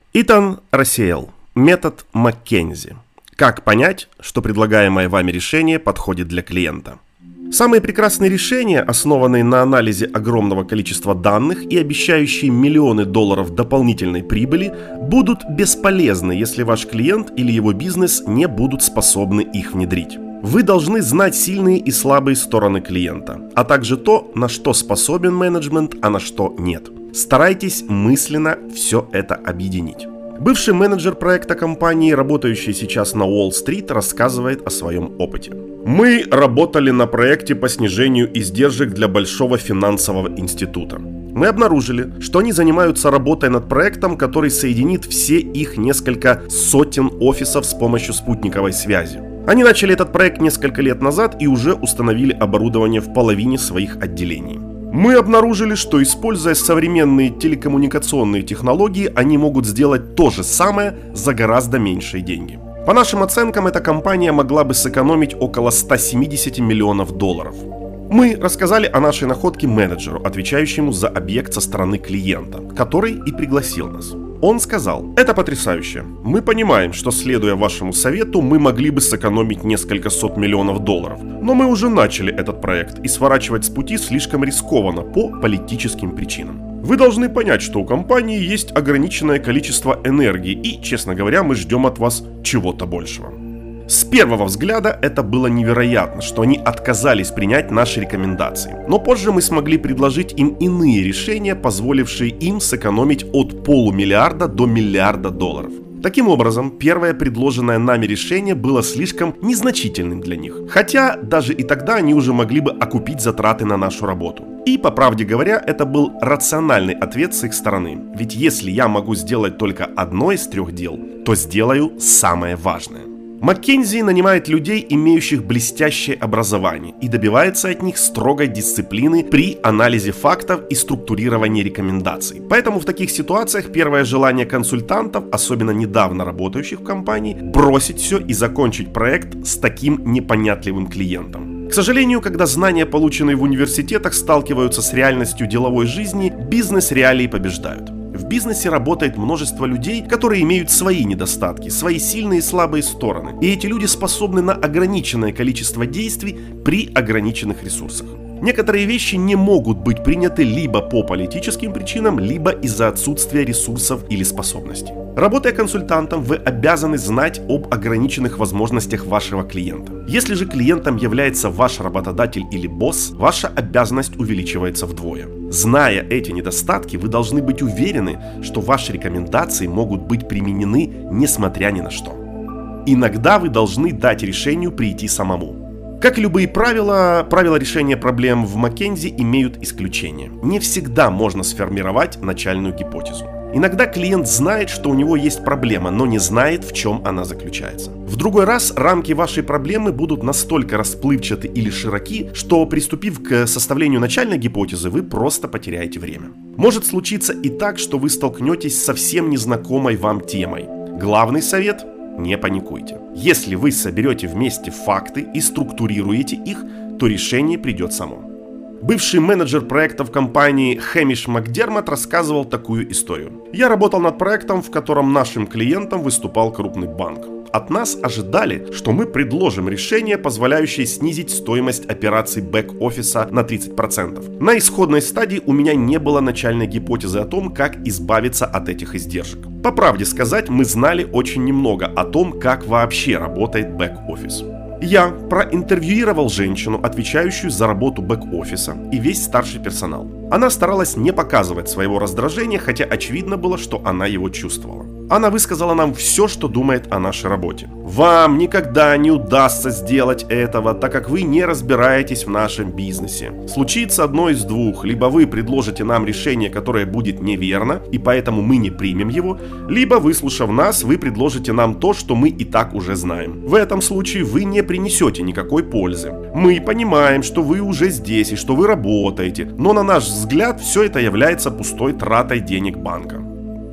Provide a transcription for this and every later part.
Итан рассеял. Метод Маккензи. Как понять, что предлагаемое вами решение подходит для клиента? Самые прекрасные решения, основанные на анализе огромного количества данных и обещающие миллионы долларов дополнительной прибыли, будут бесполезны, если ваш клиент или его бизнес не будут способны их внедрить. Вы должны знать сильные и слабые стороны клиента, а также то, на что способен менеджмент, а на что нет. Старайтесь мысленно все это объединить. Бывший менеджер проекта компании, работающий сейчас на Уолл-стрит, рассказывает о своем опыте. Мы работали на проекте по снижению издержек для большого финансового института. Мы обнаружили, что они занимаются работой над проектом, который соединит все их несколько сотен офисов с помощью спутниковой связи. Они начали этот проект несколько лет назад и уже установили оборудование в половине своих отделений. Мы обнаружили, что, используя современные телекоммуникационные технологии, они могут сделать то же самое за гораздо меньшие деньги. По нашим оценкам, эта компания могла бы сэкономить около 170 миллионов долларов. Мы рассказали о нашей находке менеджеру, отвечающему за объект со стороны клиента, который и пригласил нас. Он сказал: «Это потрясающе. Мы понимаем, что, следуя вашему совету, мы могли бы сэкономить несколько сот миллионов долларов. Но мы уже начали этот проект, и сворачивать с пути слишком рискованно по политическим причинам. Вы должны понять, что у компании есть ограниченное количество энергии, и, честно говоря, мы ждем от вас чего-то большего». С первого взгляда это было невероятно, что они отказались принять наши рекомендации. Но позже мы смогли предложить им иные решения, позволившие им сэкономить от полумиллиарда до миллиарда долларов. Таким образом, первое предложенное нами решение было слишком незначительным для них. Хотя даже и тогда они уже могли бы окупить затраты на нашу работу. И, по правде говоря, это был рациональный ответ с их стороны. Ведь если я могу сделать только одно из трех дел, то сделаю самое важное. Маккензи нанимает людей, имеющих блестящее образование, и добивается от них строгой дисциплины при анализе фактов и структурировании рекомендаций. Поэтому в таких ситуациях первое желание консультантов, особенно недавно работающих в компании, бросить все и закончить проект с таким непонятливым клиентом. К сожалению, когда знания, полученные в университетах, сталкиваются с реальностью деловой жизни, бизнес-реалии побеждают. В бизнесе работает множество людей, которые имеют свои недостатки, свои сильные и слабые стороны. И эти люди способны на ограниченное количество действий при ограниченных ресурсах. Некоторые вещи не могут быть приняты либо по политическим причинам, либо из-за отсутствия ресурсов или способностей. Работая консультантом, вы обязаны знать об ограниченных возможностях вашего клиента. Если же клиентом является ваш работодатель или босс, ваша обязанность увеличивается вдвое. Зная эти недостатки, вы должны быть уверены, что ваши рекомендации могут быть применены несмотря ни на что. Иногда вы должны дать решению прийти самому. Как и любые правила решения проблем в Маккензи имеют исключения. Не всегда можно сформировать начальную гипотезу. Иногда клиент знает, что у него есть проблема, но не знает, в чем она заключается. В другой раз рамки вашей проблемы будут настолько расплывчаты или широки, что, приступив к составлению начальной гипотезы, вы просто потеряете время. Может случиться и так, что вы столкнетесь с совсем незнакомой вам темой. Главный совет – не паникуйте. Если вы соберете вместе факты и структурируете их, то решение придет само. Бывший менеджер проектов компании Хэмиш Макдермот рассказывал такую историю. «Я работал над проектом, в котором нашим клиентом выступал крупный банк. От нас ожидали, что мы предложим решение, позволяющее снизить стоимость операций бэк-офиса на 30%. На исходной стадии у меня не было начальной гипотезы о том, как избавиться от этих издержек. По правде сказать, мы знали очень немного о том, как вообще работает бэк-офис. Я проинтервьюировал женщину, отвечающую за работу бэк-офиса, и весь старший персонал. Она старалась не показывать своего раздражения, хотя очевидно было, что она его чувствовала. Она высказала нам все, что думает о нашей работе. Вам никогда не удастся сделать этого, так как вы не разбираетесь в нашем бизнесе. Случится одно из двух: либо вы предложите нам решение, которое будет неверно, и поэтому мы не примем его, либо, выслушав нас, вы предложите нам то, что мы и так уже знаем. В этом случае вы не принесете никакой пользы. Мы понимаем, что вы уже здесь и что вы работаете, но на наш взгляд все это является пустой тратой денег банка».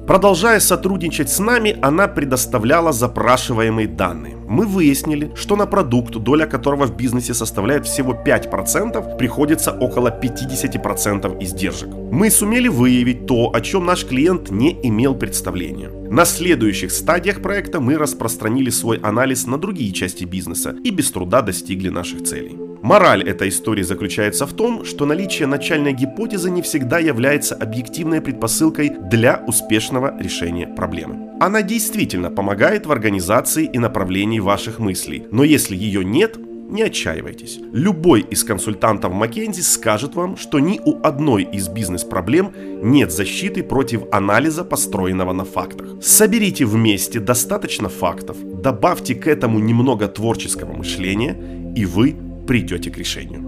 Продолжая сотрудничать с нами, она предоставляла запрашиваемые данные. Мы выяснили, что на продукт, доля которого в бизнесе составляет всего 5%, приходится около 50% издержек. Мы сумели выявить то, о чем наш клиент не имел представления. На следующих стадиях проекта мы распространили свой анализ на другие части бизнеса и без труда достигли наших целей. Мораль этой истории заключается в том, что наличие начальной гипотезы не всегда является объективной предпосылкой для успешного решения проблемы. Она действительно помогает в организации и направлении ваших мыслей, но если ее нет, не отчаивайтесь. Любой из консультантов McKinsey скажет вам, что ни у одной из бизнес-проблем нет защиты против анализа, построенного на фактах. Соберите вместе достаточно фактов, добавьте к этому немного творческого мышления, и вы придете к решению.